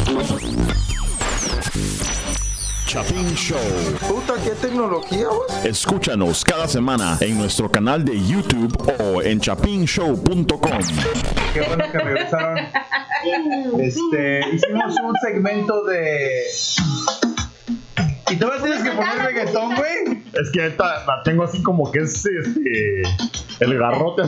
Chapín Show. Puta, ¿qué tecnología, vos? Escúchanos cada semana en nuestro canal de YouTube o en chapinshow.com. Qué bueno que regresaron. Hicimos un segmento de... ¿Y tú vas tienes que poner reggaetón, güey? Es que esta la tengo así como que es el garrote.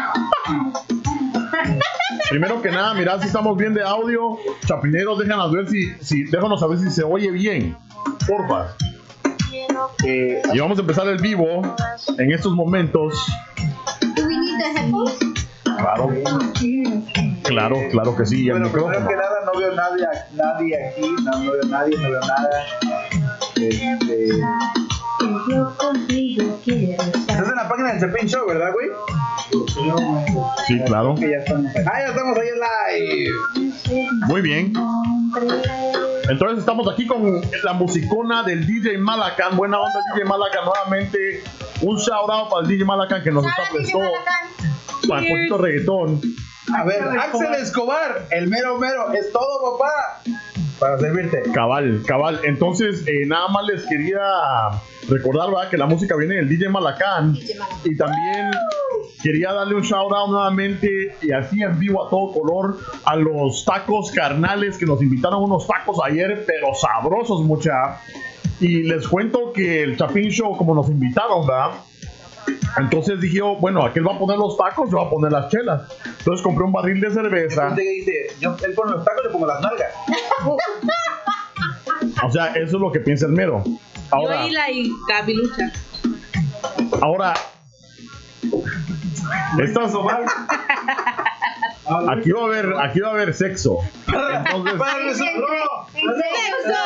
Primero que nada, mirad si estamos bien de audio. Chapineros, déjanos saber si se oye bien. Porfa. Y vamos a empezar el vivo en estos momentos. Claro que sí. Bueno, primero que nada, no veo nadie aquí. No veo nadie, no veo nada. Estás en la página del Chapín Show, ¿verdad, güey? Sí, claro. Ya estamos ahí en live. Muy bien. Entonces estamos aquí con la musicona del DJ Malacan. Buena onda, DJ Malacan. Nuevamente un shout out para el DJ Malacan que nos está prestando para un poquito de reggaetón. A ver, Axel Escobar, el mero, es todo, papá. Para servirte. Cabal. Entonces, nada más les quería recordar, ¿verdad?, que la música viene del DJ Malacan. Y también quería darle un shout out nuevamente y así en vivo a todo color a los tacos carnales que nos invitaron unos tacos ayer, pero sabrosos, mucha. Y les cuento que el Chapín Show, como nos invitaron, ¿verdad? Entonces dije yo, bueno, aquel va a poner los tacos, yo voy a poner las chelas. Entonces compré un barril de cerveza. Él pone los tacos y le pongo las nalgas. O sea, eso es lo que piensa el mero. Ahora, yo y la Gabilucha. Ahora, aquí va a haber sexo. Entonces, ¡Sexo!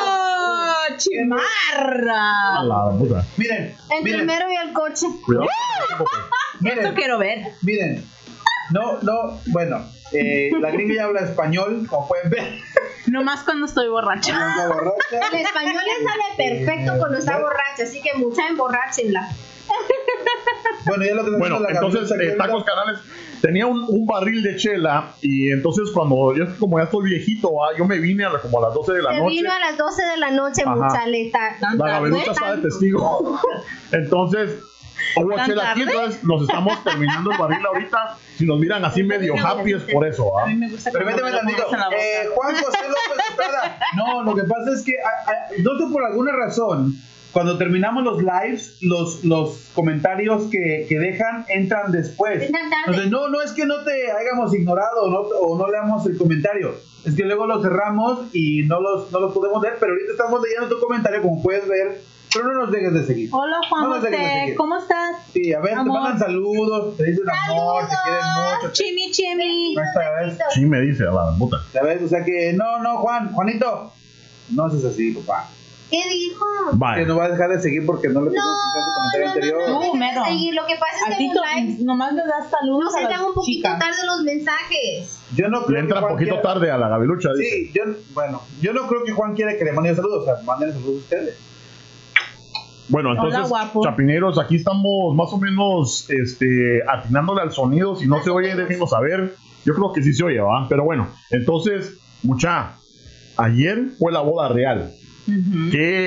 ¡Chimarra! A la puta. Miren. Entre el mero y el coche. Cuidado. Eso quiero ver. Miren. No, bueno. La gringa ya habla español, como pueden ver. Nomás cuando estoy borracha. El español le sale perfecto cuando está borracha, así que mucha emborráchenla. Bueno, ya lo que Bueno, entonces tacos canales tenía un barril de chela y entonces cuando yo como ya estoy viejito, yo me vine como a las 12 de la noche. Se vino a las 12 de la noche, mucha leta. La Gabelucha está de testigo. Entonces hubo chela aquí, entonces nos estamos terminando el barril ahorita. Si nos miran así medio happy es por eso. A mí me gusta. Permíteme tantito. Juan José López Estrada. No, lo que pasa es que no sé por alguna razón. Cuando terminamos los lives, los comentarios que dejan entran después. Entonces, no es que no te hayamos ignorado o no leamos el comentario. Es que luego lo cerramos y no los podemos ver, pero ahorita estamos leyendo tu comentario, como puedes ver. Pero no nos dejes de seguir. Hola, Juan José, ¿cómo estás? Sí, a ver, amor. Te mandan saludos, te dicen amor, te quieren mucho. Chimi. Sí, me dice, a la puta. ¿Sabes? O sea que, no, Juanito, no haces así, papá. ¿Qué dijo? Que no va a dejar de seguir porque no le puso tu comentario anterior. No, seguir. Lo que pasa es que en los lives nomás le das saludos. Nos entran un poquito tarde los mensajes. Yo no creo le entra un poquito tarde a la Gabilucha. Sí, yo no creo que Juan quiera que le mande saludos. O sea, manden saludos a ustedes. Bueno, entonces, chapineros, aquí estamos más o menos atinándole al sonido. Si no se oye, déjenos saber. Yo creo que sí se oye, ¿va? Pero bueno, entonces, ayer fue la boda real. Uh-huh.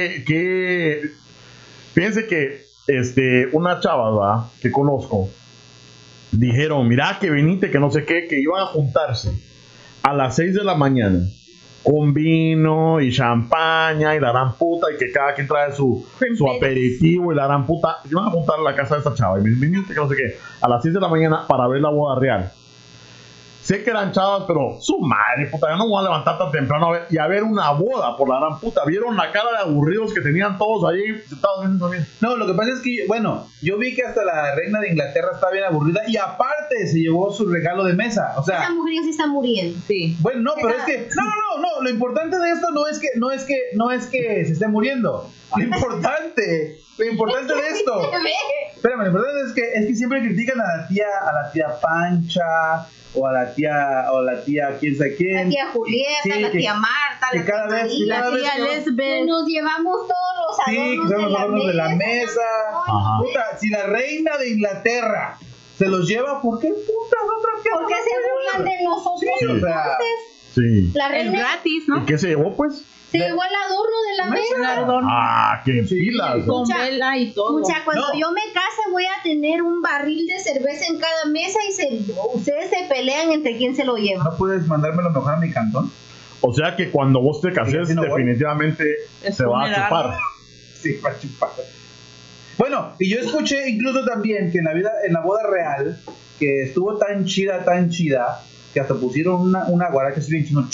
Fíjense que una chava, ¿verdad?, que conozco, dijeron, mira que venite, que no sé qué, que iban a juntarse a las 6 de la mañana con vino y champaña y la gran puta, y que cada quien trae su aperitivo y la gran puta. Iban a juntar a la casa de esta chava y viniste, que no sé qué, a las 6 de la mañana para ver la boda real. Sé que eran chavas, pero su madre, puta, yo no me voy a levantar tan temprano a ver una boda por la gran puta. ¿Vieron la cara de aburridos que tenían todos ahí sentados viendo también? No, lo que pasa es que, bueno, yo vi que hasta la reina de Inglaterra estaba bien aburrida y aparte se llevó su regalo de mesa. O sea, esa mujer sí está muriendo. Sí. Bueno, no, pero es que, no, lo importante de esto no es que se esté muriendo. Lo importante de esto. Espérame, lo importante es que siempre critican a la tía Pancha. O a la tía quién sabe quién. La tía Julieta, sí, la tía Marta, la tía María, la tía Lesbeth. Nos llevamos todos los adornos, de la mesa. Puta, si la reina de Inglaterra se los lleva, ¿por qué putas otra que ¿Por qué se burlan de nosotros? Sí, o sea, Entonces, Sí. la Es reina gratis, ¿no? ¿Y qué se llevó, pues? se llevó el adorno de la mesa. Claro, Ah, qué pilas. con Mucha- vela y todo. Mucha, cuando No. yo me case voy a tener un barril de cerveza en cada mesa y ustedes se pelean entre quién se lo lleva. ¿no puedes mandármelo mejor a mi cantón? O sea que cuando vos te Y cases, así no voy. definitivamente Es se va a funeral. chupar. Sí, para chupar. Bueno, y yo escuché incluso también que en la boda real, que estuvo tan chida, que hasta pusieron una guaracha así bien chino.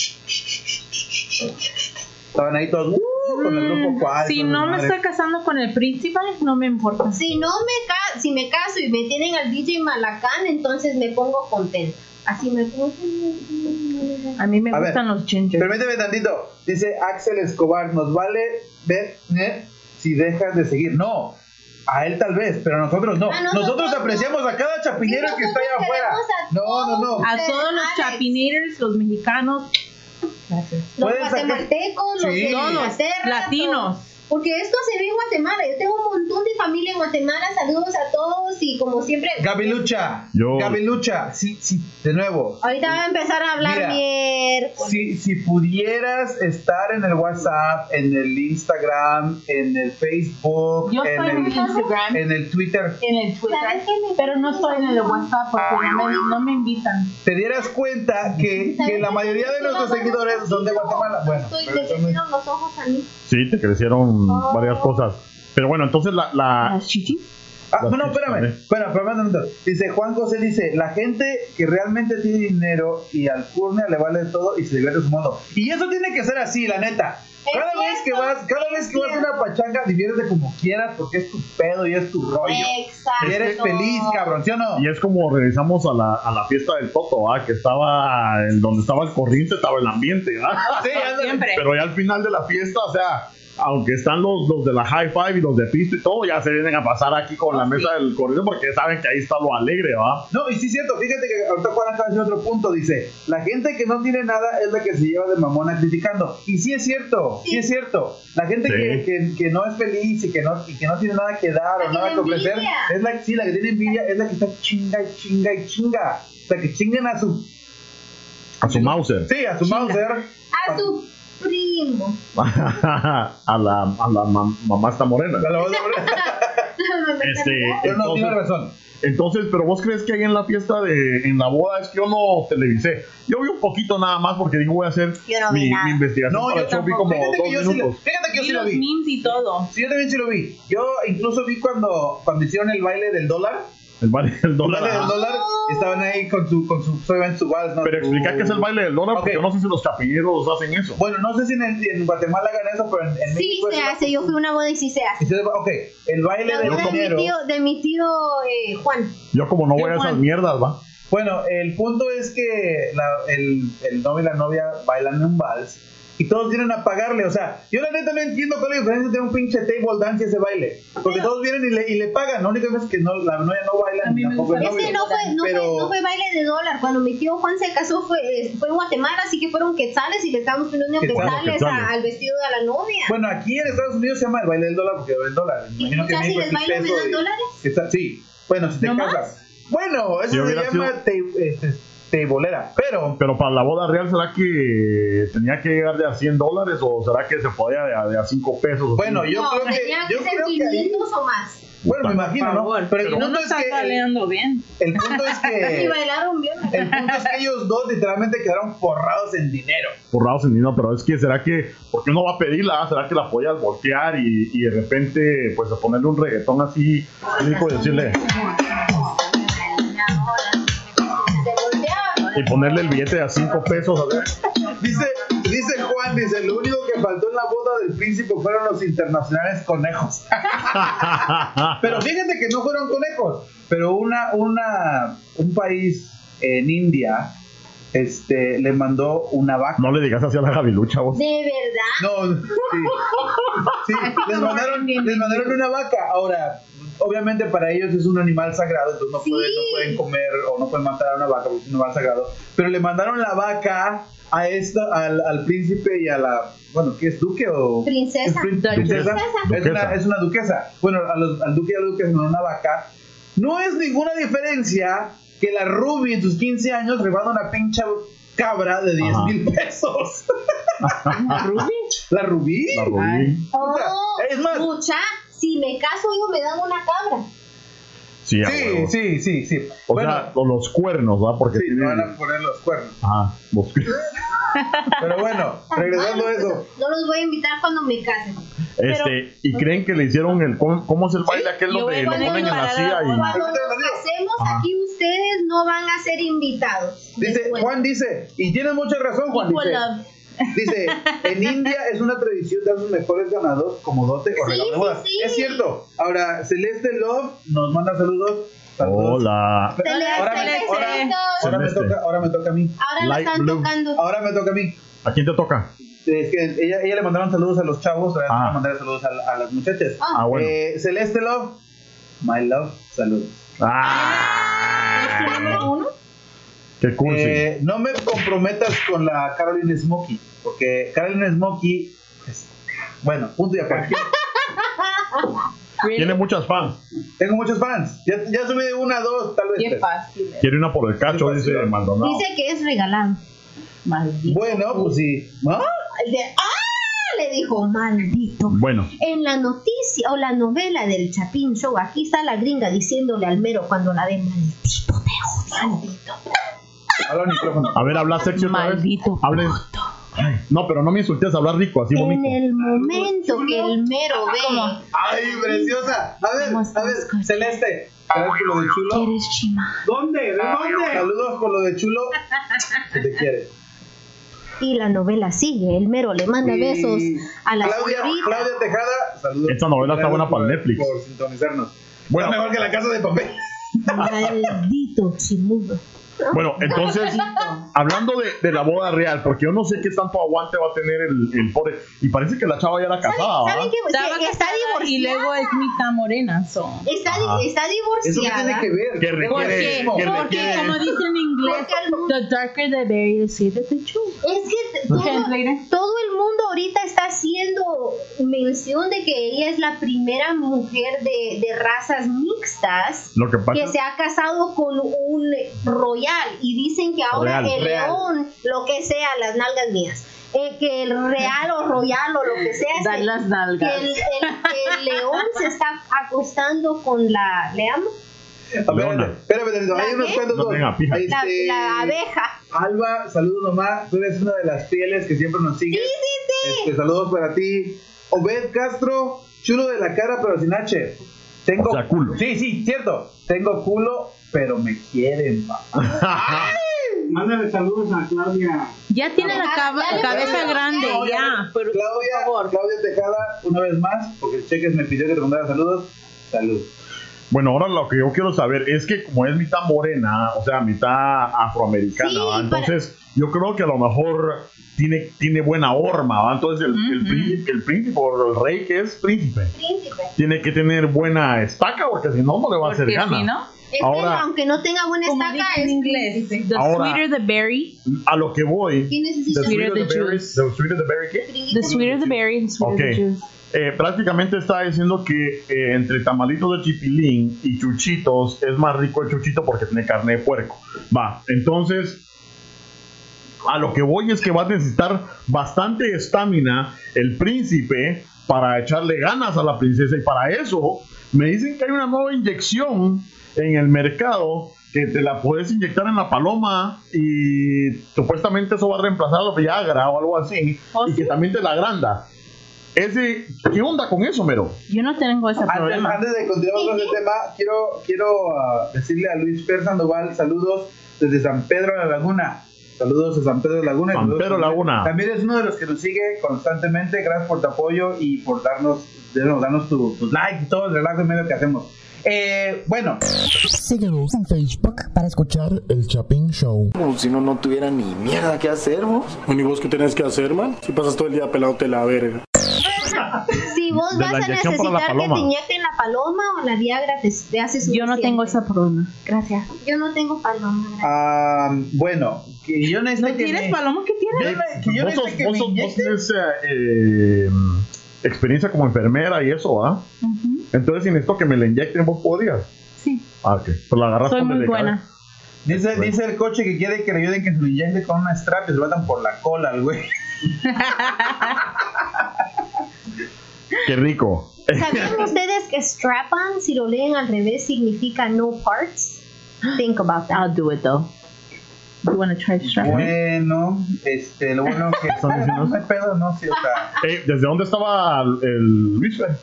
Estaban ahí todos con el grupo cual. Si no me estoy casando con el príncipe, no me importa. Si me caso y me tienen al DJ Malacán, entonces me pongo contenta. Así me pongo. A mí me A ver, gustan los ginger. Permíteme tantito. Dice Axel Escobar, nos vale ver si dejas de seguir. No, a él tal vez, pero a nosotros no. A Nosotros nosotros apreciamos a cada chapinero Sí, que está allá nosotros afuera. queremos No. A todos los Alex. chapinators, los mexicanos. Gracias. Los Pueden sacar- guatemaltecos, los Sí. de Todos, Inglaterra, latinos. todos. Porque esto se ve en Guatemala. Yo tengo un montón de familia en Guatemala. Saludos a todos y como siempre. Gabilucha, sí, de nuevo. Ahorita va a empezar a hablar Mira, miércoles. Si pudieras estar en el WhatsApp, en el Instagram, en el Facebook, Yo estoy en el Instagram, en el Twitter, en el Twitter, ¿Sabes qué me pero no estoy en el WhatsApp porque no me invitan. te dieras cuenta que la mayoría de nuestros seguidores son de Guatemala. Bueno, Estoy pero te eso no es- crecieron los ojos a mí. Sí, te crecieron varias cosas. Pero bueno, entonces la Las chichis. bueno, espérame. Dice Juan José, dice, la gente que realmente tiene dinero y alcurnia le vale todo y se divierte a su modo. Y eso tiene que ser así, la neta. Cada vez que vas a una pachanga, diviértete como quieras porque es tu pedo y es tu rollo. Exacto. Y eres feliz, cabrón, ¿sí o no? y es como regresamos a la fiesta del Toto, ¿va? Que estaba en donde estaba el corriente, estaba el ambiente, ¿va? Sí, ándale. Siempre. Pero ya al final de la fiesta, o sea, aunque están los de la high five y los de pisto y todo, ya se vienen a pasar aquí con la mesa del corriente porque saben que ahí está lo alegre, ¿va? No, y sí es cierto, fíjate que ahorita Juan acaba de decir otro punto, dice, la gente que no tiene nada es la que se lleva de mamona criticando. Y sí es cierto, sí es cierto. La gente Sí. que no es feliz y que no tiene nada que dar La o nada que que ofrecer, envidia. es la que tiene envidia, es la que está chinga. O sea, que chinguen a su Mauser. Sí, a su Mauser. A su primo. a la mamá está morena. Pero no, tiene razón. Entonces, pero vos crees que ahí en la fiesta en la boda es que yo no televisé. Yo vi un poquito nada más porque digo voy a hacer Yo no vi mi nada. investigación. No, para yo el show, vi tampoco. como Fíjate que 2 yo sí minutos. lo los vi. memes y todo. Sí, yo también sí lo vi. Yo incluso vi cuando hicieron el baile del dólar. El baile del dólar. El baile del ajá. dólar. Estaban ahí con su obviamente su vals, ¿no? Pero explica qué es el baile del dólar, porque Ok. yo no sé si los chapineros hacen eso. Bueno, no sé si en Guatemala hagan eso, pero en Sí México se es- hace. Yo fui a una boda y sí se hace. Ok, el baile La del boda dinero. de mi tío Juan. Yo como no voy a esas Juan. mierdas, va. Bueno, el punto es que el novio y la novia bailan un vals y todos vienen a pagarle. O sea, yo la neta no entiendo cuál es la diferencia de un pinche table dance y ese baile. Porque todos vienen y le pagan. La única cosa es que la novia no baila A ni mí me tampoco el gusta novio. Es que no fue baile de dólar. Cuando mi tío Juan se casó fue en Guatemala, así que fueron quetzales y le estábamos poniendo Quetzales. quetzales al vestido de la novia. Bueno, aquí en Estados Unidos se llama el baile del dólar porque el dólar. Me ¿Y imagino que en casi México les es el bailo me peso dan y- dólares? Sí, bueno, si te ¿No más? casas. Bueno, eso Si se hubiera llama teibolera. Pero Pero para la boda real, ¿será que tenía que llegar de a $100 o será que se podía de a 5 pesos? bueno, yo no, creo que tenía que yo ser creo que ahí, 500 o más. bueno, me imagino, Por ¿no? favor. Pero el Uno punto es está que saliendo bien. el punto es Y que bailaron bien. el punto es que ellos dos literalmente quedaron forrados en dinero. Forrados en dinero, pero es que será que, ¿por qué uno va a pedirla? ¿Será que la podías voltear y de repente, pues, a ponerle un reggaetón así, único y decirle, Se volteaba. y ponerle el billete de a 5 pesos? A ver? Dice Juan, lo único que faltó en la boda del príncipe fueron los internacionales conejos. Pero fíjate que no fueron conejos, pero un país en India le mandó una vaca. No le digas así a la Gabilucha, vos. De verdad. No, sí, les mandaron una vaca. Ahora, obviamente para ellos es un animal sagrado, entonces no pueden comer o no pueden matar a una vaca porque es un animal sagrado. Pero le mandaron la vaca a al príncipe y a la, bueno, ¿qué es? ¿Duque o? Princesa. Princesa. Duquesa. Es una duquesa. Bueno, al duque y a la duquesa le mandaron una vaca No es ninguna diferencia que la Ruby en sus 15 años rifando una pincha cabra de 10,000 pesos. ¿La Ruby? ¿La Rubí? La Rubí. Oh, Es más- mucha, si me caso yo me dan una cabra. Sí, a Sí, huevo. sí. O Bueno, sea, o los cuernos, ¿verdad? Porque sí, tiene... me van a poner los cuernos. Ajá, los... Pero bueno, regresando a Bueno, eso. pues, no los voy a invitar cuando me case. ¿Y creen que le hicieron el... ¿Cómo es el baile aquel Yo donde voy lo a ponen en la parar silla y... Cuando nos Ahorita casemos Ajá. aquí ustedes no van a ser invitados. Dice, Después. Juan dice, y tienes mucha razón, Juan. Equal Dice, love. dice, en India es una tradición dar sus mejores ganados como dote o Sí, regalo de bodas. sí. Es cierto. Ahora, Celeste Love nos manda saludos. Saludos. Hola. Celeste, Ahora me- Celeste. Celeste. Ahora me toca a mí. Ahora la Light están blue. tocando. Ahora me toca a mí. ¿A quién te toca? Es que ella le mandaron saludos a los chavos, ahora Ah. le mandaron saludos a las muchachas. Ah, bueno. Celeste Love, my love, saludos. ¡Ah! ¿Número uno? ¡Qué cursi! No me comprometas con la Caroline Smokey, porque Caroline Smokey, bueno, punto y aparte. Tiene muchas fans. Tengo muchos fans. Ya subí de 1 a 2, tal vez. Qué 3. fácil. Quiere una por el cacho, Qué dice fácil. Maldonado. Dice que es regalado. Maldito. Bueno, pues sí. ¿No? Le dijo, maldito. Bueno, En la noticia o la novela del Chapín Show, aquí está la gringa diciéndole al mero cuando la ve, maldito, te odio. Maldito. Habla al micrófono. a ver, habla sexy otra vez. Maldito. Hablen. Ay, no, pero no me insultes, hablar rico, así bonito. En el momento que el mero ve, ¡Ay, preciosa! A ver, ¿Cómo estás, Coche? Celeste. Saludos por lo de chulo. ¿Quieres chima? ¿Dónde? ¿De dónde? Saludos por lo de chulo. Que te quiere. y la novela sigue, el mero le manda Y besos a la Claudia señorita. Tejada, saludos. Esta novela está buena para Gracias Netflix. Por sintonizarnos. Bueno. Está mejor que La Casa de Papel. Maldito chimudo. Bueno, entonces, hablando de la boda real, porque yo no sé qué tanto aguante va a tener el pobre. Y parece que la chava ya era casada, ¿Saben ¿verdad? qué? Estaba Está casada divorciada. y luego es mitad morena. So. Está ¿Eso qué divorciada. tiene que ver? Que requiere- Porque, que porque requiere- como dice en inglés, Porque el- the darker the berry, the sweeter the juice. Es que todo el mundo ahorita está haciendo mención de que ella es la primera mujer de razas mixtas Lo que pasa que se ha casado con un royal y dicen que ahora Real. el león, lo que sea, las nalgas mías, que el real o royal o lo que sea, Dar las que nalgas. el león se está acostando con la, ¿le amo? A ver, Leona. espérame, hay ¿La unos qué? cuantos. No tenga pija. La abeja. Alba, saludos nomás. Tú eres una de las fieles que siempre nos sigue. Sí. Saludos para ti. Obed Castro, chulo de la cara, pero sin H. Tengo O sea, culo. Sí, cierto. Tengo culo, pero me quieren, papá. Mándale saludos a Claudia. Ya tiene la cabeza grande, No, ya. Pero, por favor. Claudia Tejada, una vez más, porque el Cheques me pidió que te mandara saludos. Salud. Bueno, ahora lo que yo quiero saber es que como es mitad morena, o sea, mitad afroamericana, Sí, ¿va? Entonces yo creo que a lo mejor tiene buena horma, ¿va? Entonces el príncipe o el rey que es príncipe Príncipe. tiene que tener buena estaca porque si no, no le va a hacer Porque gana. si no, Es Ahora- que aunque no tenga buena como estaca, dice en es inglés, príncipe. the Ahora- sweeter the berry, A lo que voy, ¿Quién necesita the sweeter sweeter the the berry, juice. the sweeter the berry, ¿qué? the sweeter the berry, the sweeter Ok. the juice. Prácticamente está diciendo que entre tamalitos de chipilín y chuchitos es más rico el chuchito porque tiene carne de puerco. Va, entonces a lo que voy es que va a necesitar bastante estamina el príncipe para echarle ganas a la princesa, y para eso me dicen que hay una nueva inyección en el mercado que te la puedes inyectar en la paloma y supuestamente eso va a reemplazar a Viagra o algo así, ¿Oh, y que sí? también te la agranda. ¿Qué onda con eso, Mero? Yo no tengo ese problema. Antes de continuar con el tema, quiero decirle a Luis Per Sandoval saludos desde San Pedro de la Laguna. Saludos a San Pedro de la Laguna. San Pedro de la Laguna. También es uno de los que nos sigue constantemente. Gracias por tu apoyo y por darnos tus likes y todo el relajo en medio que hacemos. Bueno, Síguenos en Facebook para escuchar El Chapín Show. Como si no tuviera ni mierda que hacer, vos. ¿Y vos qué tenés que hacer, man? Si pasas todo el día pelándote la verga. Si vos De vas la a inyección para la necesitar que paloma. te inyecten la paloma o la Viagra, te hace suficiente. Yo no tengo ese problema. Gracias. Yo no tengo paloma. gracias. bueno, que yo necesito ¿No tienes paloma? ¿Qué tienes? que yo Vos necesito que me vos inyecten. tenés experiencia como enfermera y eso, ¿ah? Ujú. Entonces, si necesito que me la inyecten, vos podrías. Sí. Ah, ok. Pero la agarraste Soy muy de buena. Dice el coche que quiere que le ayuden que se lo inyecte con una strap y se lo atan por la cola al güey. Qué rico. ¿Sabían ustedes que strap-on, si lo leen al revés, significa no parts? Think about that. I'll do it though. You want to try strap? Bueno, lo bueno que Están diciendo no hay pedo, no, sí, o sea. ¿Desde dónde estaba el Luis Fer?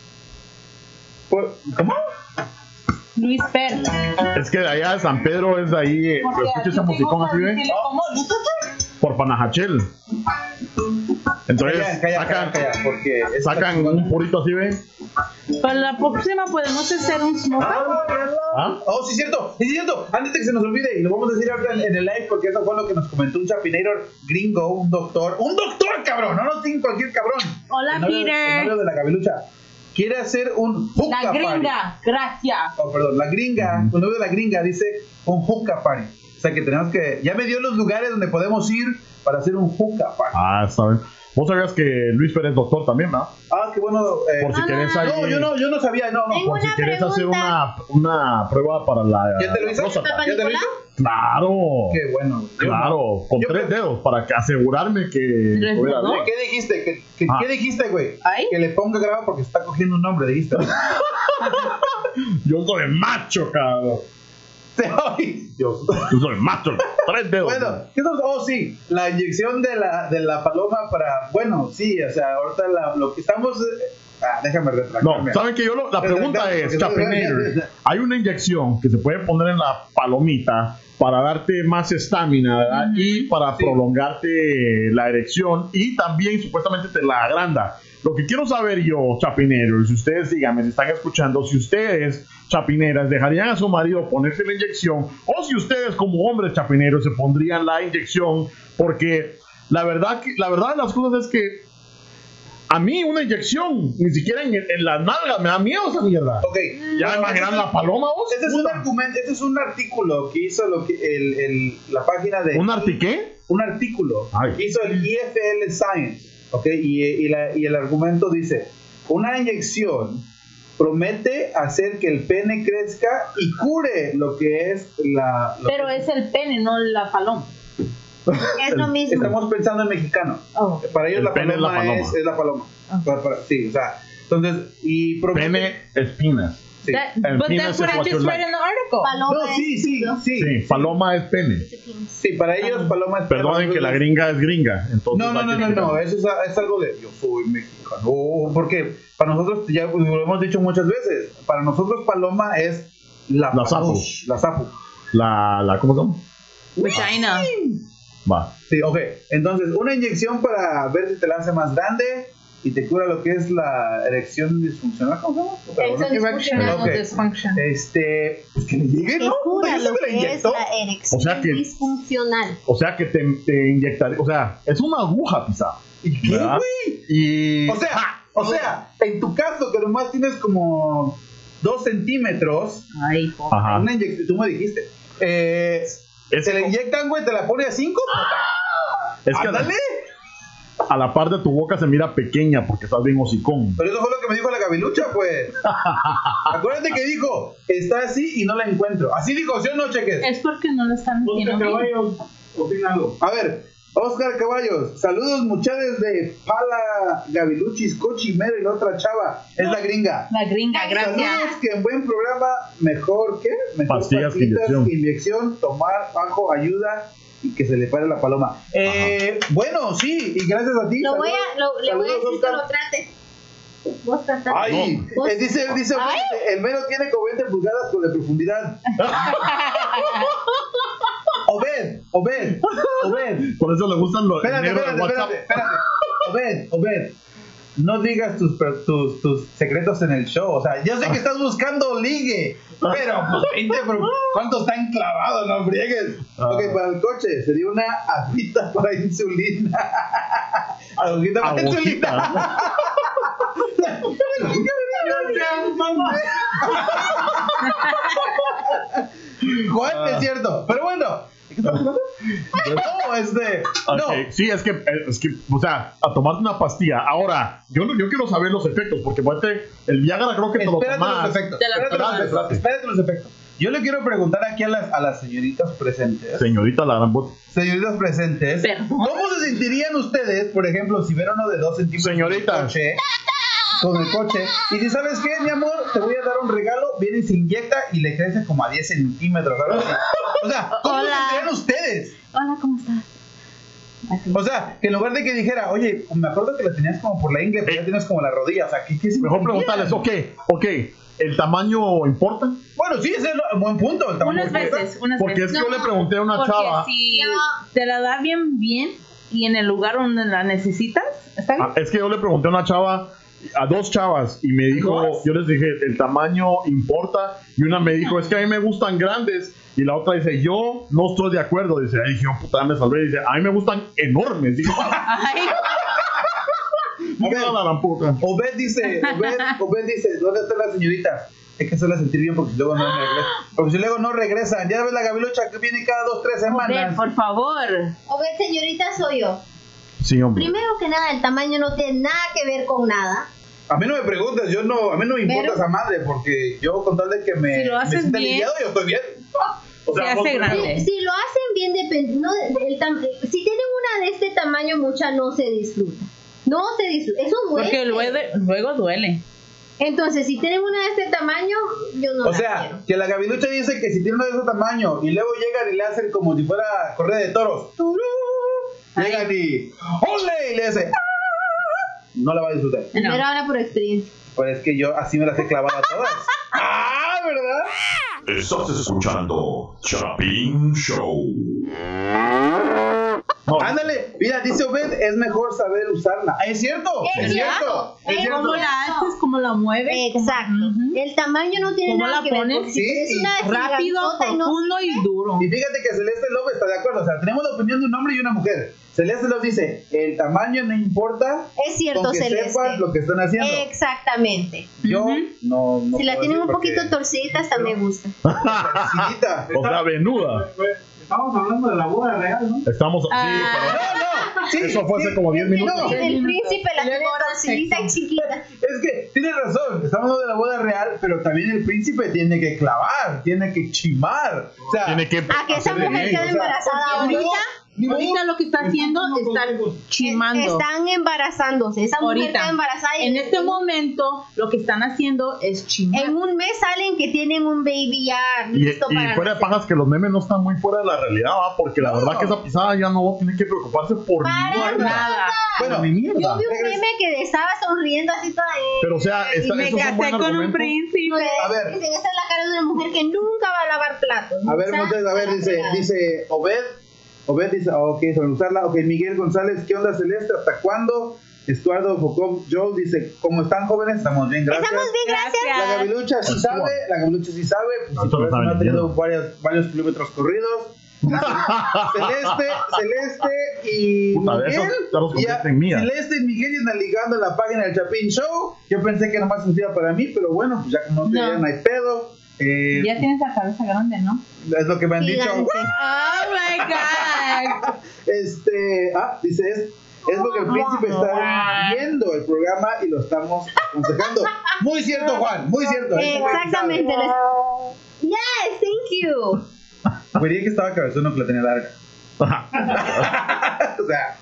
¿Cómo? Luis Fer. Es que de allá de San Pedro es de ahí. ¿Lo escuchas ese musicón así, ve? Por Panajachel. Entonces Calla, porque sacan un purito así, ve. Para la próxima podemos hacer un smoker. ¿Ah? Oh, sí, cierto. Antes de que se nos olvide, y lo vamos a decir ahora en el live, porque eso fue lo que nos comentó un chapinator gringo, un doctor, cabrón, no nos tiene cualquier cabrón. Hola, El novio Peter. de la Gavilucha. Quiere hacer un hookah La gringa, party. gracias. Oh, perdón, la gringa, el novio de la gringa dice un hookah party. O sea que tenemos que, ya me dio los lugares donde podemos ir para hacer un hookah party. Ah, está bien. Vos sabías que Luis Fer es doctor también, ¿no? Ah, qué bueno. Por si querés ahí. No, yo no sabía, no. Tengo Por si una quieres hacer pregunta. una prueba para la. ¿Ya te lo hizo? próstata. ¿Papá ¿Ya te lo Nicolás? hizo? Claro. Qué bueno. Claro, con Yo 3 creo- dedos para que asegurarme que. ¿Tres estuviera dedos? bien. ¿Qué dijiste? Ah. ¿Qué dijiste, güey? ¿Ay? Que le ponga graba porque está cogiendo un nombre, dijiste. Yo soy macho, cabrón. Ay, Dios. Yo soy macho. 3 dedos. Bueno, ¿qué estamos? Oh, sí, la inyección de la paloma para. Bueno, sí, o sea, ahorita lo que estamos. Déjame retractarme. No, ¿saben que la pregunta es, Chapinator, hay una inyección que se puede poner en la palomita para darte más estamina, ¿verdad? Y para prolongarte la erección y también supuestamente te la agranda. Lo que quiero saber yo, chapineros, si ustedes díganme, si están escuchando, si ustedes, chapineras, dejarían a su marido ponerse la inyección o si ustedes como hombres chapineros se pondrían la inyección, porque la verdad de las cosas es que a mí una inyección, ni siquiera en las nalgas, me da miedo esa mierda. Ok. ¿Ya imaginan la paloma vos? Ese es un argumento, ese es un artículo que hizo la página de. ¿Un artiqué? Un artículo Ay. que hizo el EFL Science, ¿ok? Y el argumento dice, una inyección promete hacer que el pene crezca y cure lo que es Pero es el pene, no la paloma. Es lo mismo. Estamos pensando en mexicano. Oh. Para ellos El la pene paloma, es la paloma. Sí, o sea, entonces, y promete. Pene, espinas. Sí. But penis that's what is I what just you read like. in the article. Paloma No, sí, es sí, tuyo. sí. Sí, paloma es pene. Sí, para ellos paloma es Perdonen que la gringa es gringa. Entonces No, eso es algo de yo soy mexicano. Porque para nosotros, ya lo hemos dicho muchas veces, para nosotros paloma es la sapo. La sapo. La ¿cómo se llama? Vagina. Va. Sí, ok. Entonces, una inyección para ver si te la hace más grande y te cura lo que es la erección disfuncional. ¿Cómo se llama? Erección disfuncional. Ok. Dysfunction. Pues que le llegue, Que ¿no? cura ¿Ya se lo me la que es inyectó? la erección O sea que- disfuncional. O sea que te inyectar, o sea, es una aguja quizá. ¿Y qué, ¿verdad? güey? Y O sea, en tu caso, que nomás tienes como 2 centímetros, Ay, pobre. ajá. una inyección, tú me dijiste, te la inyectan, güey, te la pone a 5. Es que ¡Ándale! a la par de tu boca se mira pequeña porque estás bien hocicón. Pero eso fue lo que me dijo la Gavilucha, pues. Acuérdate que dijo, está así y no la encuentro. Así dijo, ¿sí o no, Cheques? Es porque no lo están metiendo bien. A ver, Oscar Caballos, saludos muchachos de Pala, Gaviluchis, Cochi, Mero y la otra chava, es la gringa. La gringa, gracias. Saludos, que en buen programa, mejor Pastillas que inyección. que inyección, tomar bajo ayuda y que se le pare la paloma. Bueno, sí, y gracias a ti. Le voy a Saludos, decir que Oscar. lo trate. Vos tratás. Ay, Vos- dice Ay. el Mero tiene como 20 pulgadas de profundidad. Obed. Por eso le gustan los Espérate, negros de WhatsApp. Obed. No digas tus secretos en el show. O sea, yo sé que estás buscando ligue, pero pues 20, ¿cuántos están clavados? No friegues. Ok, para el coche se dio una agüita para insulina. Agüita para insulina. Juan, es cierto. Pero bueno. ¿Qué está pasando? No, Ok, sí, es que, o sea, a tomarte una pastilla. Ahora, yo quiero saber los efectos, porque el Viagra creo que te lo Espérate tomas. los efectos. Te la Espérate tomas. los efectos. Yo le quiero preguntar aquí a las señoritas presentes. Señorita la gran puta. Señoritas presentes. Perdón. ¿Cómo se sentirían ustedes, por ejemplo, si vieran uno de 2 centímetros Señoritas. con el coche? Y si sabes qué, mi amor, te voy a dar un regalo, viene y se inyecta y le crece como a 10 centímetros, ¿sabes? O sea, ¿cómo se Hola. sentirían ustedes? Hola, ¿cómo estás? Así. O sea, que en lugar de que dijera, oye, me acuerdo que la tenías como por la ingle, pero ya tienes como la rodilla. O sea, ¿qué Mejor sentirían? preguntarles, ok, ¿el tamaño importa? Bueno, sí, ese es un buen punto. El tamaño Unas importa. veces, unas Porque es veces. que yo le pregunté a una Porque chava. si te la da bien y en el lugar donde la necesitas, ¿está bien? Es que yo le pregunté a una chava, a 2 chavas, y me dijo, ¿Dos? yo les dije, el tamaño importa, y una me dijo, es que a mí me gustan grandes, y la otra dice, yo no estoy de acuerdo, dice, ahí dije, puta, me salvé, dice, a mí me gustan enormes, digo, Ay, mira la gran puta. Obed dice, ¿dónde está la señorita? Hay que hacerla sentir bien porque si luego no regresa. Porque si luego no regresan. Ya ves la gavilucha que viene cada 2-3 Obed, semanas. por favor. Obed, señorita, soy yo. Sí, hombre. Primero que nada, el tamaño no tiene nada que ver con nada. A mí no me preguntes, a mí no me importa Pero- esa madre porque yo con tal de que me, Si lo me haces sienta bien, aliviado, yo estoy bien. O se hace vos- grande. Si lo hacen bien, si tienen una de este tamaño, mucha no se disfruta. No se disfruta. Eso duele. Porque luego duele. Entonces, si tienen una de este tamaño, yo no O la sea, quiero. que la gavilucha dice que si tiene uno de ese tamaño y luego llegan y le hacen como si fuera corrida de toros. ¡Turú! Llegan y ¡ole! Y le hace ¡ah! No la va a disfrutar. No. Pero habla por experiencia. Pues es que yo así me las he clavado a todas. ¡Ah! ¿Verdad? Estás escuchando Chapín Show. Ándale, mira, dice Obed, es mejor saber usarla. Ah, es cierto, Es cierto. cierto. Es ¿Cómo cierto. la haces? ¿Cómo la mueves? Exacto. Ujú. El tamaño no tiene ¿Cómo nada la que ver. pones? Porque si Sí, es y una Rápido, gigantota y no profundo y sirve, duro. Y fíjate que Celeste Love está de acuerdo. O sea, tenemos la opinión de un hombre y una mujer. Celeste Love dice, el tamaño no importa. Es cierto, con que Celeste. sepas lo que están haciendo. Exactamente. Yo no Si la puedo tienen decir un poquito porque- torcidita, hasta me gusta. Torcidita. O sea, venuda. Estamos hablando de la boda real, ¿no? Estamos, sí, No, sí, Eso fue hace sí, como 10 es que minutos. no, El príncipe la tiene Luego ahora torcidita y sexo. chiquita. es que tienes razón, estamos hablando de la boda real, pero también el príncipe tiene que clavar, tiene que chimar. O sea, tiene que A que esa hacerle mujer bien. quede o sea, embarazada porque ahorita. Ahorita lo que está haciendo es estar chimando. Están embarazándose. Esa mujer Ahorita. está embarazada. Y En este momento, lo que están haciendo es chimar. en un mes salen que tienen un baby ya Y listo para fuera de nacer. pajas que los memes no están muy fuera de la realidad, ¿va? Porque la verdad que esa pisada ya no tiene que preocuparse por Para mierda. Nada. bueno, Por mierda. Yo vi un meme que estaba sonriendo así toda. Pero o sea, Y me eso es un buen casé con un argumento. príncipe. A ver. Dicen, esa es la cara de una mujer que nunca va a lavar platos. a ver, Nunca Montes, a va ver, lavar platos. dice Obed dice, ok, sobre usarla. Ok, Miguel González, ¿qué onda, Celeste? ¿Hasta cuándo? Estuardo Focó Joel dice, ¿cómo están, jóvenes? Estamos bien, gracias. Estamos bien, gracias. La gavilucha sí sabe, pues Esto si lo por eso sabe no ha tenido Miguel. varios kilómetros corridos. Celeste y Puta, Miguel. eso ya los convierte en mías. Celeste y Miguel están ligando en la página del Chapín Show. Yo pensé que nomás se hacía para mí, pero bueno, pues ya como no te No. hay pedo. Ya tienes la cabeza grande, ¿no? Es lo que me han dicho. Gigante. Oh my God. Dice es porque el príncipe está viendo el programa y lo estamos aconsejando. Muy cierto, Juan, muy cierto. Exactamente. Yes, thank you. Quería que estaba cabezón que la tenía larga. O sea,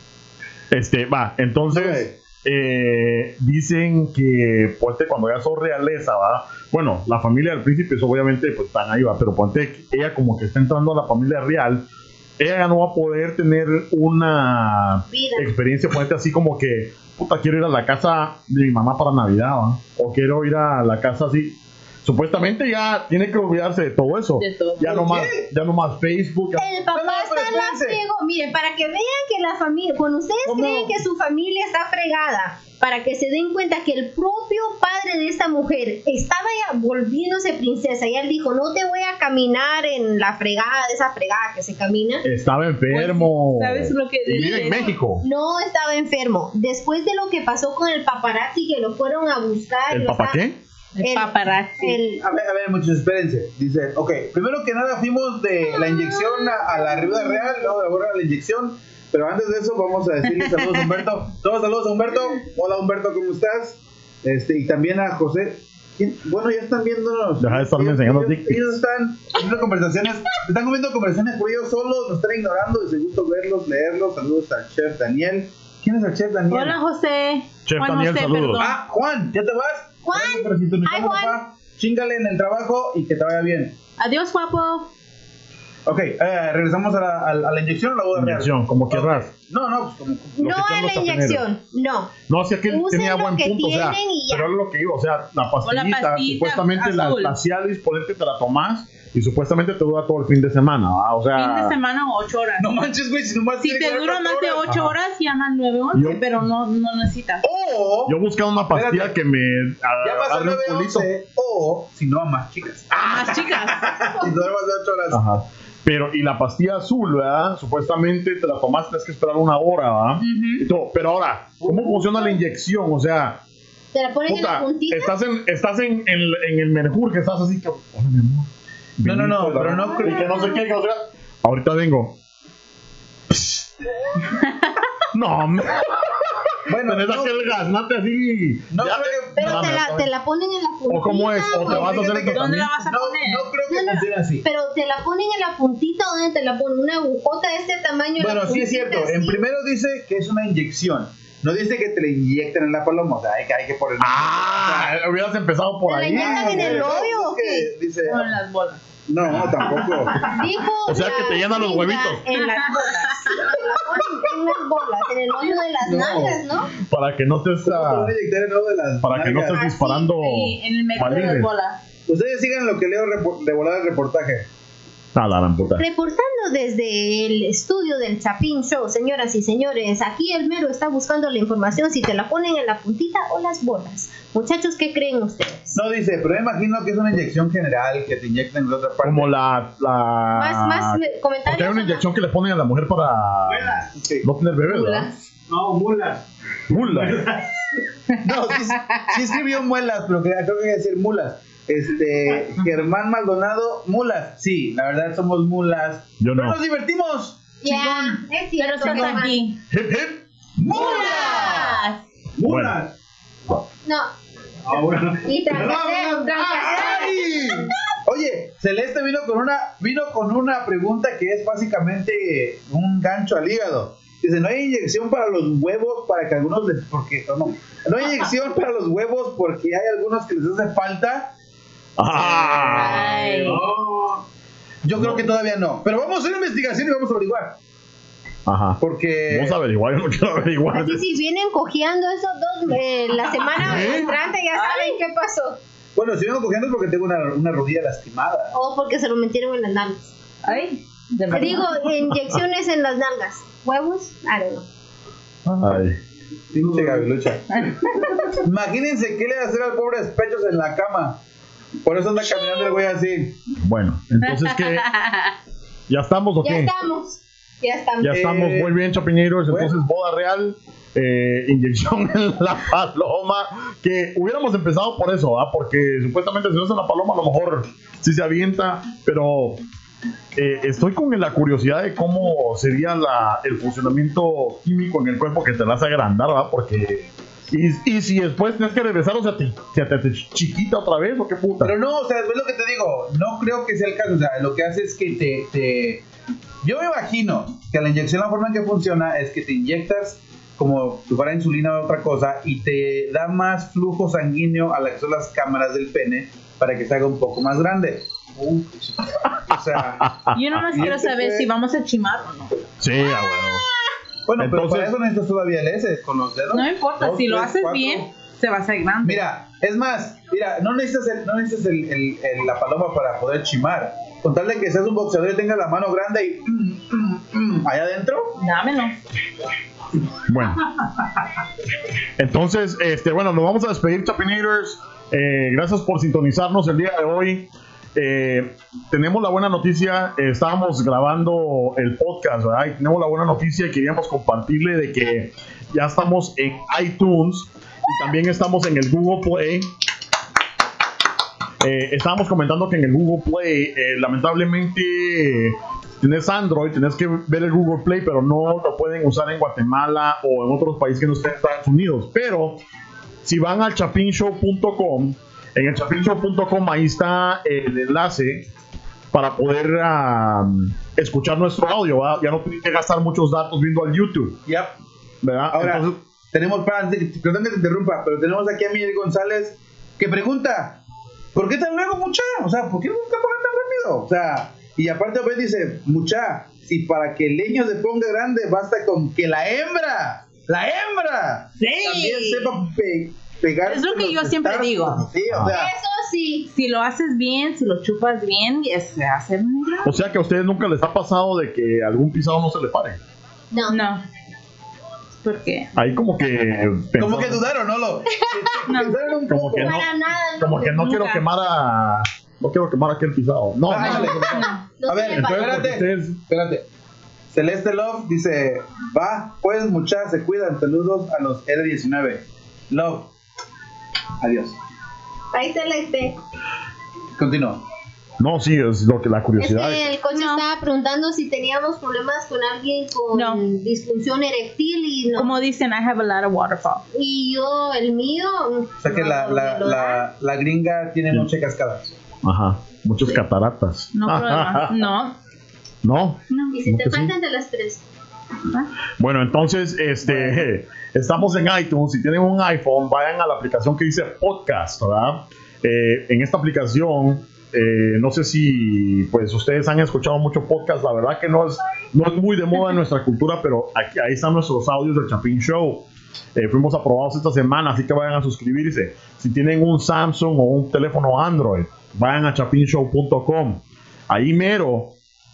Entonces, dicen que ponte cuando ya sos realeza, va. Bueno, la familia del príncipe, eso obviamente, pues están ahí, va. Pero ponte, ella como que está entrando a la familia real, ella ya no va a poder tener una Vida. experiencia, ponte así como que, puta, quiero ir a la casa de mi mamá para Navidad, va. O quiero ir a la casa así. Supuestamente ya tiene que olvidarse de todo eso. De todo. Ya no ¿Por más, qué? ya no más Facebook. El papá No, pero está más espérense. fregado. Miren, para que vean que la familia, cuando ustedes ¿Cómo? creen que su familia está fregada, para que se den cuenta que el propio padre de esta mujer estaba ya volviéndose princesa y él dijo, no te voy a caminar en la fregada, de esa fregada que se camina. Estaba enfermo. Pues, ¿sabes lo que Y vive en dice? México. No estaba enfermo. Después de lo que pasó con el paparazzi que lo fueron a buscar. ¿El lo papá está- qué? El paparazzi. a ver, muchachos, espérense. Dice, ok, primero que nada fuimos de la inyección a la Riviera Real, luego de la inyección. Pero antes de eso, vamos a decirle saludos a Humberto. Todos saludos a Humberto. Hola, Humberto, ¿cómo estás? Y también a José Bueno, ya están viéndonos. Deja de estarme enseñando dick pics. Ellos están haciendo conversaciones, están comiendo conversaciones por ellos solos, nos están ignorando. Es un gusto verlos, leerlos. Saludos al chef Daniel. ¿Quién es el chef Daniel? Hola, José. Chef Juan Daniel, José, saludos. perdón. Ah, Juan, ¿ya te vas? Juan. Gracias por sintonizarnos, Ay, Juan. papá. Chíngale en el trabajo y que te vaya bien. Adiós, guapo. Ok, regresamos a la inyección o la boda real. Inyección, como querrás. No, pues como. No que a quieran la los inyección, no. No, o sea que él Usen tenía lo buen que punto, o sea, tienen y ya. pero es lo que iba, o sea, la pastillita, pastillita supuestamente azul. la Cialis, ponente te la tomas y supuestamente te dura todo el fin de semana, ¿va? O sea, Fin de semana o 8 horas. No manches, güey, si nomás Si tiene que te dar dura más 4 de horas. 8 horas, llaman 911, Yo- pero no necesitas. O. yo buscaba una pastilla Espérate. que me Ya pasa agarre un culito. 9-11 o si no a más chicas. Más chicas. Si duermas de 8 horas. Ajá. Pero, y la pastilla azul, ¿verdad? Supuestamente te la tomas, tienes que esperar una hora, ¿verdad? Y todo. Pero ahora, ¿cómo funciona la inyección? O sea, Te la ponen en la puta, puntita. estás en el Mercur, que estás así que, hola, mi amor. No, Vinito, pero ¿verdad? no creo- Y que no sé qué, que no sé qué. Ahorita vengo. No, me... Bueno, tenés no, aquel gaznate así. no ya- creo que. Pero no, te la ponen en la puntita. ¿O cómo es? ¿O te vas a hacer fíjate esto que- ¿Dónde también? la vas a No, poner? no creo que No, no. funcione así. Pero te la ponen en la puntita, donde te la ponen una agujota de este tamaño. en la Bueno, sí es puntita, cierto. En así. primero dice que es una inyección. No dice que te la inyectan en la paloma. O sea, hay que poner. Ah, hubieras empezado por ¿Te la ahí. inyectan en el hoyo o Es que dice. Con las bolas. No, tampoco. Dijo O sea, que la te llenan los gringa huevitos. En las bolas. Te la ponen en las bolas, en el hoyo de las No. nalgas, ¿no? Para que no estés, ¿Cómo te van a inyectar en uno de las para que no nalgas? estés disparando Ahí, en el medio de balines. las bolas. Ustedes sigan lo que leo de volada el reportaje. Ah, la gran puta. Reportando desde el estudio del Chapín Show, señoras y señores, aquí el mero está buscando la información si te la ponen en la puntita o las bolas. Muchachos, ¿qué creen ustedes? No dice, pero me imagino que es una inyección general que te inyectan en otra parte. Como la Más Porque comentarios. hay una inyección que le ponen a la mujer para Sí. no tener bebés, ¿verdad? Mulas. No, mulas. Mula. No, sí escribió muelas, pero creo que hay que decir mulas. Germán Maldonado, mulas. Sí, la verdad somos mulas. Yo no. Pero nos divertimos. Ya, es Pero cierto. estás Germán. aquí. Hip, hip. ¡Mulas! Mulas. No, Ahora. y trancaseo. ¡Ay! Oye, Celeste vino con una pregunta que es básicamente un gancho al hígado. Dice, no hay inyección para los huevos para que algunos les... Porque, no hay inyección para los huevos porque hay algunos que les hace falta. Ay. Yo creo que todavía no. Pero vamos a hacer una investigación y vamos a averiguar. Ajá. Porque... Vamos a averiguar, yo no quiero averiguar. Así si vienen cojeando esos dos la semana entrante, ya saben qué pasó. Bueno, si vengo cogiendo es porque tengo una rodilla lastimada. O porque se lo metieron en las nalgas. Ay. de Te digo, inyecciones en las nalgas. ¿Huevos? I don't know. Ay. Pinche gavilucha. Imagínense qué le va a hacer al pobre Despechos en la cama. Por eso anda caminando el güey así. Bueno, entonces ¿qué? ¿Ya estamos o Ya qué? estamos. Ya estamos. Ya estamos muy bien, Chapineros. bueno. Entonces, boda real, inyección en la paloma. Que hubiéramos empezado por eso, ¿ah? Porque supuestamente si no es en la paloma, a lo mejor sí se avienta. Pero estoy con la curiosidad de cómo sería el funcionamiento químico en el cuerpo que te la hace agrandar, ¿verdad? Porque. Y si después tienes que regresar, o sea, te chiquita otra vez, o qué puta. Pero no, o sea, es lo que te digo. No creo que sea el caso. O sea, lo que hace es que yo me imagino que la inyección, la forma en que funciona es que te inyectas como si fuera insulina o otra cosa y te da más flujo sanguíneo a las que son las cámaras del pene para que se haga un poco más grande. O sea, Yo nomás Y quiero este saber fue- si vamos a chimar o no. Sí, bueno. bueno, pero Entonces- para eso necesitas todavía el S con los dedos. No importa, Dos, si lo tres, haces 4. bien, se va a hacer grande. Mira, es más, no necesitas la paloma para poder chimar. Con tal de que seas un boxeador y tengas la mano grande y allá adentro. Dámelo. Bueno. Entonces, bueno, nos vamos a despedir, Chapinators. Gracias por sintonizarnos el día de hoy. Tenemos la buena noticia, estábamos grabando el podcast, ¿verdad? Y tenemos la buena noticia y queríamos compartirle de que ya estamos en iTunes y también estamos en el Google Play. Estábamos comentando que en el Google Play, lamentablemente, tienes Android, tienes que ver el Google Play, pero no lo pueden usar en Guatemala o en otros países que no estén en Estados Unidos. Pero si van al chapinshow.com, En el chapinshow.com ahí está el enlace para poder escuchar nuestro audio, ¿verdad? Ya no tienen que gastar muchos datos viendo al YouTube. Yep. ¿Verdad? Ahora, Entonces, tenemos, perdón que te interrumpa, pero tenemos aquí a Miguel González que pregunta, ¿por qué tan luego, mucha? O sea, ¿por qué nunca pagan tan rápido? O sea, y aparte Obed dice, mucha, si para que el leño se ponga grande basta con que la hembra Sí. también sepa pegar. Es lo que yo siempre digo. Sí, o sea, Eso sí. Si lo haces bien, si lo chupas bien, se hace negro. o sea que a ustedes nunca les ha pasado de que algún pisado no se le pare. No. No. ¿Por qué? Ahí como que como que dudaron, ¿no? Pensaron un como poco. que no, Para nada. como que no quiero nunca. quemar a aquel pisado. No, Ándale. No A ver, se le para. porque espérate. Celeste Love dice, va, pues muchas se cuidan, saludos a los R19. Love. Adiós. Ahí Celeste. Continúa. no, sí, es lo que la Es curiosidad que el coche No. estaba preguntando si teníamos problemas con alguien con No. disfunción eréctil y no. Como dicen, I have a lot of waterfall. Y yo, el mío. O sea que la gringa tiene muchas cascadas. Ajá, muchas cataratas. No problema. No. No. Y si ¿Cómo te que sí? faltan, te las presto. Bueno, entonces, estamos en iTunes. Si tienen un iPhone, vayan a la aplicación que dice Podcast, ¿verdad? En esta aplicación, no sé si pues ustedes han escuchado mucho podcast. La verdad que no es muy de moda en nuestra cultura, pero ahí están nuestros audios del Chapín Show. Fuimos aprobados esta semana, así que vayan a suscribirse. Si tienen un Samsung o un teléfono Android, vayan a chapinshow.com. Ahí mero,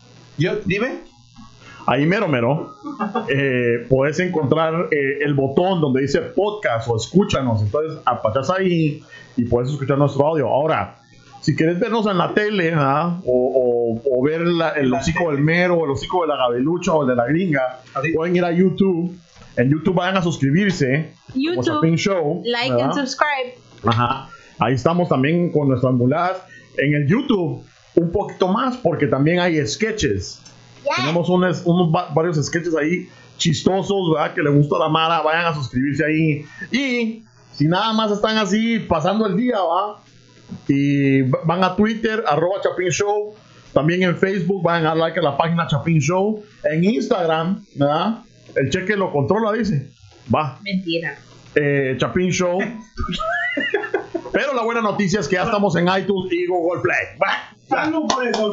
puedes encontrar el botón donde dice podcast o escúchanos. Entonces apachas ahí y puedes escuchar nuestro audio. Ahora, si quieres vernos en la tele, o ver el hocico del mero, o el hocico de la gabelucha o el de la gringa, pueden ir a YouTube. En YouTube vayan a suscribirse. YouTube, Chapín Show, like ¿verdad? and subscribe. Ajá. Ahí estamos también con nuestras muladas. En el YouTube, un poquito más, porque también hay sketches. Tenemos varios sketches ahí chistosos, ¿verdad? Que le gusta a la Mara. Vayan a suscribirse ahí. Y si nada más están así pasando el día, ¿va? Y van a Twitter, @Chapín Show. También en Facebook, vayan a like a la página Chapín Show. En Instagram, ¿verdad? El cheque lo controla, dice. Va. Mentira. Chapín Show. Pero la buena noticia es que ya estamos en iTunes y Google Play. Va. ¡Salud por eso!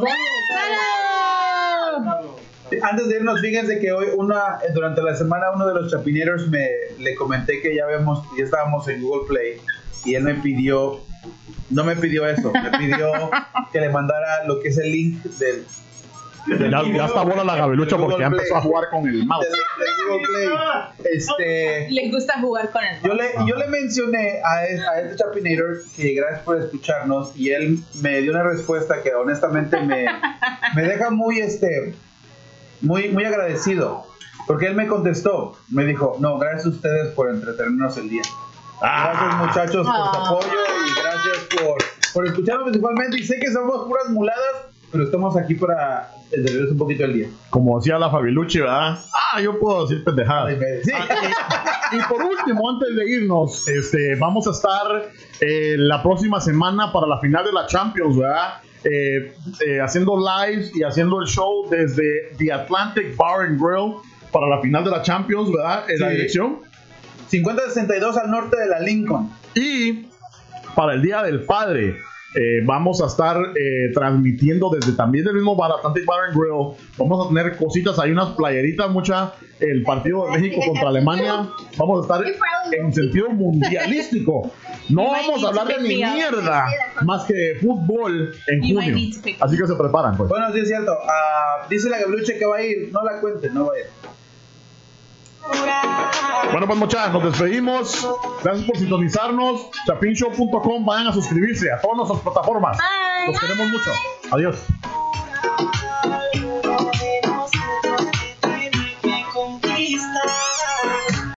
Antes de irnos, fíjense que hoy durante la semana uno de los chapineros le comenté que ya estábamos en Google Play y él no me pidió eso, me pidió que le mandara lo que es el link del Ya está bola la gabelucha porque ya empezó a jugar con el mouse. del Google Play. Le gusta jugar con el Yo le mencioné a este Chapinator que gracias por escucharnos y él me dio una respuesta que honestamente me deja muy agradecido, porque él me contestó, me dijo, no, gracias a ustedes por entretenernos el día. Gracias muchachos por su apoyo y gracias por escucharnos principalmente, y sé que somos puras muladas, pero estamos aquí para entretenernos un poquito el día. Como decía la Fabilucci, ¿verdad? Yo puedo decir pendejadas. Sí. Y por último, antes de irnos, vamos a estar la próxima semana para la final de la Champions, ¿verdad? Haciendo lives y haciendo el show desde The Atlantic Bar and Grill para la final de la Champions, ¿verdad? En la dirección 5062 al norte de la Lincoln. Y para el Día del Padre vamos a estar transmitiendo desde también del mismo bar, Atlantic Bar and Grill. Vamos a tener cositas, hay unas playeritas, el partido de México contra Alemania. Vamos a estar en sentido mundialístico. No vamos a hablar de ni mierda más que de fútbol en junio. Así que se preparan, pues. Bueno, sí es cierto. Dice la Gabeluche que va a ir. No la cuente, no va a ir. Bueno, pues muchachos, nos despedimos. Gracias por sintonizarnos. Chapinshow.com, vayan a suscribirse a todas nuestras plataformas. Bye. Los queremos mucho. Adiós. Algo de nosotros se tiene que conquistar.